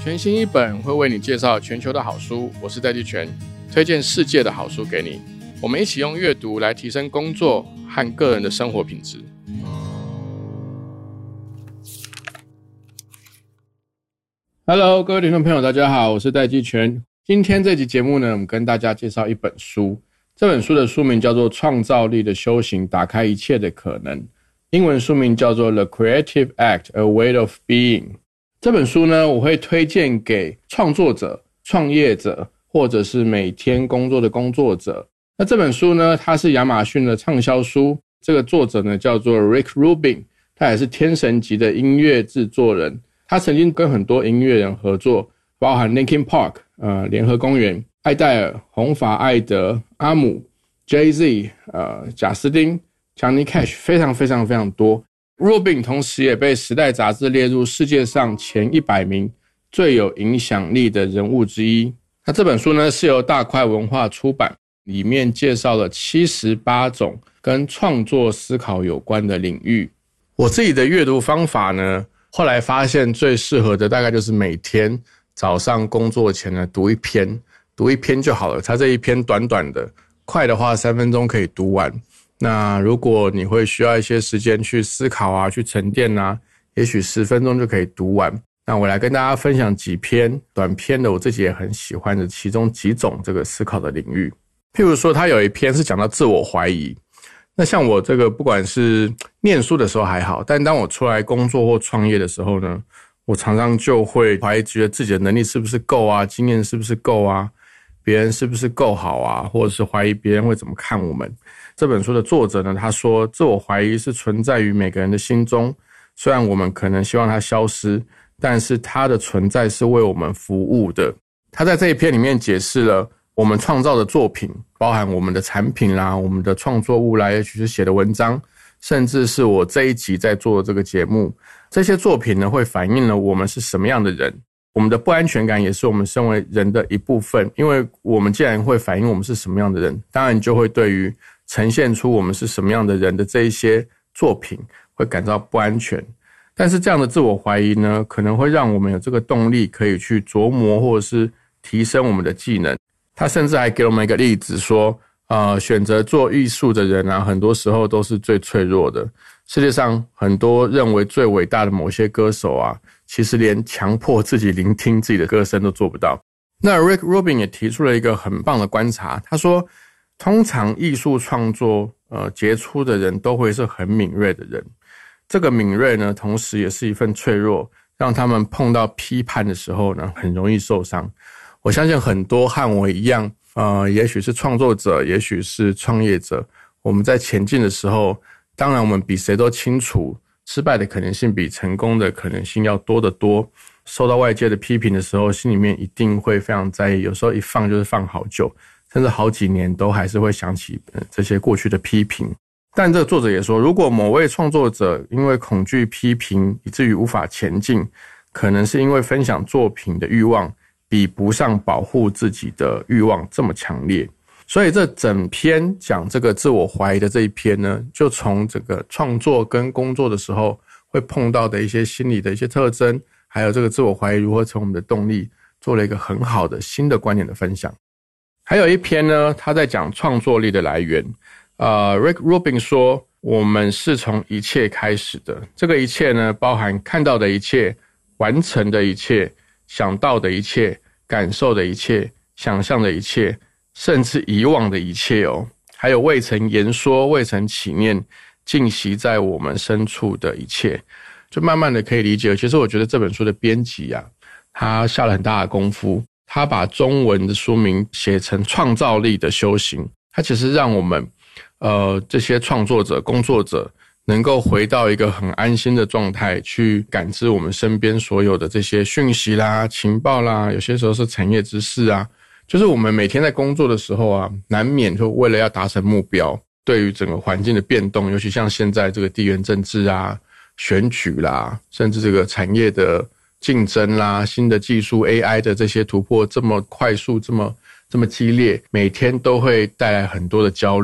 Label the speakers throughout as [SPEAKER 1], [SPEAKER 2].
[SPEAKER 1] 全新一本会为你介绍全球的好书，我是戴季全，推荐世界的好书给你。我们一起用阅读来提升工作和个人的生活品质。Hello， 各位听众朋友，大家好，我是戴季全。今天这集节目呢，我们跟大家介绍一本书。这本书的书名叫做《创造力的修行：打开一切的可能》，英文书名叫做 The Creative Act: A Way of Being。这本书呢，我会推荐给创作者、创业者，或者是每天工作的工作者。那这本书呢，它是亚马逊的畅销书。这个作者呢，叫做 Rick Rubin， 他也是天神级的音乐制作人。他曾经跟很多音乐人合作，包含 Linkin Park、联合公园、艾戴尔、红发艾德、阿姆、Jay-Z、贾斯汀、Johnny Cash， 非常多。Rubin 同时也被《时代》杂志列入世界上前100名最有影响力的人物之一。那这本书呢，是由大块文化出版，里面介绍了78种跟创作思考有关的领域。我自己的阅读方法呢，后来发现最适合的大概就是每天早上工作前呢读一篇就好了。它这一篇短短的，快的话3分钟可以读完。那如果你会需要一些时间去思考啊，去沉淀啊，也许10分钟就可以读完。那我来跟大家分享几篇短篇的我自己也很喜欢的其中几种这个思考的领域。譬如说他有一篇是讲到自我怀疑。那像我这个不管是念书的时候还好，但当我出来工作或创业的时候呢，我常常就会怀疑觉得自己的能力是不是够啊，经验是不是够啊，别人是不是够好啊，或者是怀疑别人会怎么看我们。这本书的作者呢，他说自我怀疑是存在于每个人的心中，虽然我们可能希望它消失，但是它的存在是为我们服务的。他在这一篇里面解释了我们创造的作品，包含我们的产品啦，我们的创作物啦，也许是写的文章，甚至是我这一集在做的这个节目，这些作品呢，会反映了我们是什么样的人。我们的不安全感也是我们身为人的一部分，因为我们既然会反映我们是什么样的人，当然就会对于呈现出我们是什么样的人的这一些作品会感到不安全。但是这样的自我怀疑呢，可能会让我们有这个动力可以去琢磨或者是提升我们的技能。他甚至还给我们一个例子说，选择做艺术的人啊，很多时候都是最脆弱的。世界上很多认为最伟大的某些歌手啊，其实连强迫自己聆听自己的歌声都做不到。那 Rick Rubin 也提出了一个很棒的观察，他说通常艺术创作杰出的人都会是很敏锐的人。这个敏锐呢，同时也是一份脆弱，让他们碰到批判的时候呢，很容易受伤。我相信很多和我一样也许是创作者，也许是创业者，我们在前进的时候，当然我们比谁都清楚失败的可能性比成功的可能性要多得多。受到外界的批评的时候，心里面一定会非常在意，有时候一放就是放好久，甚至好几年都还是会想起这些过去的批评。但这个作者也说，如果某位创作者因为恐惧批评以至于无法前进，可能是因为分享作品的欲望比不上保护自己的欲望这么强烈。所以这整篇讲这个自我怀疑的这一篇呢，就从这个创作跟工作的时候会碰到的一些心理的一些特征，还有这个自我怀疑如何成为我们的动力，做了一个很好的新的观点的分享。还有一篇呢，他在讲创作力的来源。Rick Rubin 说，我们是从一切开始的。这个一切呢，包含看到的一切、完成的一切、想到的一切、感受的一切、想象的一切，甚至遗忘的一切哦，还有未曾言说、未曾起念、尽息在我们深处的一切，就慢慢的可以理解。其实我觉得这本书的编辑啊，他下了很大的功夫，他把中文的书名写成创造力的修行，他其实让我们这些创作者、工作者能够回到一个很安心的状态，去感知我们身边所有的这些讯息啦、情报啦，有些时候是产业知识啊。就是我们每天在工作的时候啊，难免就为了要达成目标，对于整个环境的变动，尤其像现在这个地缘政治啊、选举啦，甚至这个产业的竞争啦、新的技术 AI 的这些突破这么快速、这么激烈，每天都会带来很多的焦虑。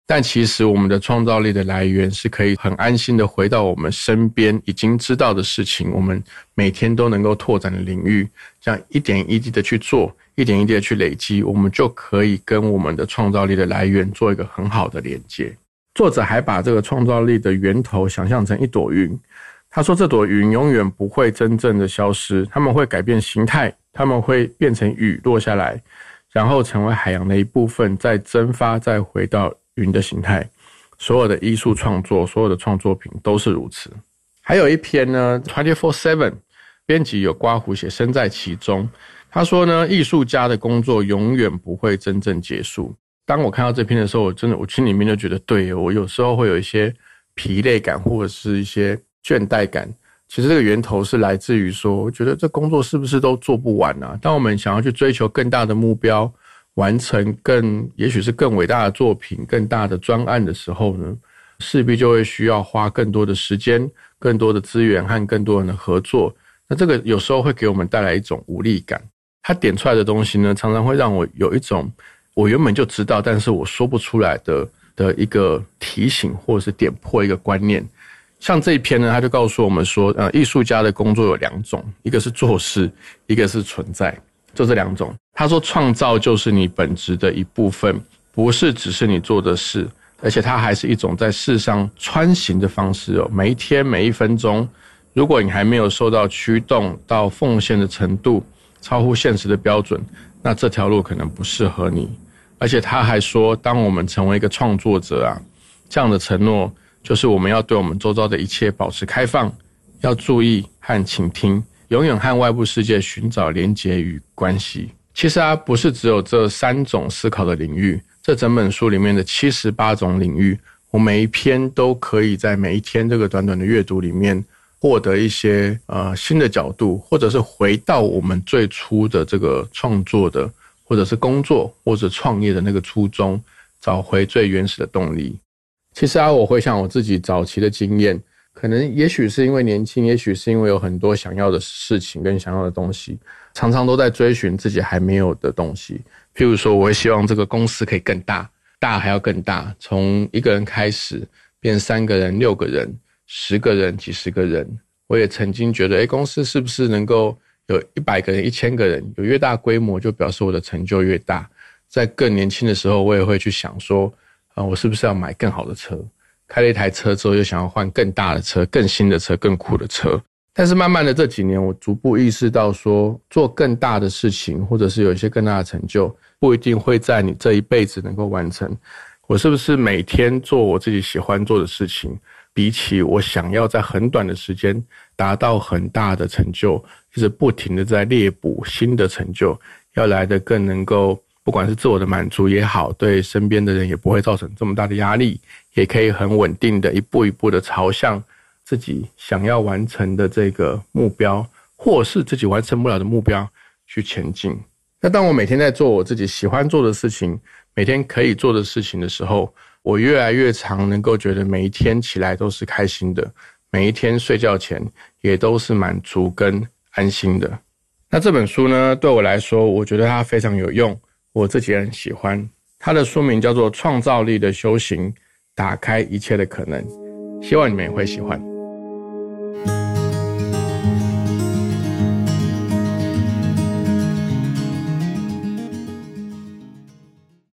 [SPEAKER 1] 但其实我们的创造力的来源是可以很安心的回到我们身边已经知道的事情，我们每天都能够拓展的领域，这样一点一滴的去做，一点一滴的去累积，我们就可以跟我们的创造力的来源做一个很好的连接。作者还把这个创造力的源头想象成一朵云，他说这朵云永远不会真正的消失，他们会改变形态，他们会变成雨落下来，然后成为海洋的一部分，再蒸发，再回到云的形态。所有的艺术创作，所有的创作品都是如此。还有一篇呢 24/7 编辑有刮胡写身在其中，他说呢，艺术家的工作永远不会真正结束。当我看到这篇的时候，我心里面就觉得对，我有时候会有一些疲累感或者是一些倦怠感，其实这个源头是来自于说，我觉得这工作是不是都做不完啊？当我们想要去追求更大的目标，完成也许是更伟大的作品，更大的专案的时候呢，势必就会需要花更多的时间，更多的资源和更多人的合作。那这个有时候会给我们带来一种无力感。他点出来的东西呢，常常会让我有一种我原本就知道，但是我说不出来的一个提醒，或者是点破一个观念。像这一篇呢，他就告诉我们说，艺术家的工作有两种，一个是做事，一个是存在，就这两种。他说创造就是你本质的一部分，不是只是你做的事，而且它还是一种在世上穿行的方式哦。每一天每一分钟，如果你还没有受到驱动到奉献的程度，超乎现实的标准，那这条路可能不适合你。而且他还说，当我们成为一个创作者啊，这样的承诺就是我们要对我们周遭的一切保持开放，要注意和倾听，永远和外部世界寻找连结与关系。其实不是只有这3种思考的领域，这整本书里面的78种领域，我每一篇都可以在每一天这个短短的阅读里面获得一些新的角度，或者是回到我们最初的这个创作的，或者是工作或者创业的那个初衷，找回最原始的动力。其实我回想我自己早期的经验，可能也许是因为年轻，也许是因为有很多想要的事情跟想要的东西，常常都在追寻自己还没有的东西。譬如说，我会希望这个公司可以更大，大还要更大，从1个人开始变3个人、6个人、10个人、几十个人。我也曾经觉得公司是不是能够有100个人、1000个人，有越大规模就表示我的成就越大。在更年轻的时候，我也会去想说我是不是要买更好的车，开了一台车之后又想要换更大的车、更新的车、更酷的车。但是慢慢的这几年，我逐步意识到说，做更大的事情，或者是有一些更大的成就，不一定会在你这一辈子能够完成。我是不是每天做我自己喜欢做的事情，比起我想要在很短的时间达到很大的成就，就是不停的在猎捕新的成就，要来得更能够不管是自我的满足也好，对身边的人也不会造成这么大的压力，也可以很稳定的一步一步的朝向自己想要完成的这个目标，或是自己完成不了的目标去前进。那当我每天在做我自己喜欢做的事情，每天可以做的事情的时候，我越来越常能够觉得每一天起来都是开心的，每一天睡觉前也都是满足跟安心的。那这本书呢，对我来说，我觉得它非常有用，我自己也很喜欢。它的书名叫做《创造力的修行：打开一切的可能》，希望你们也会喜欢。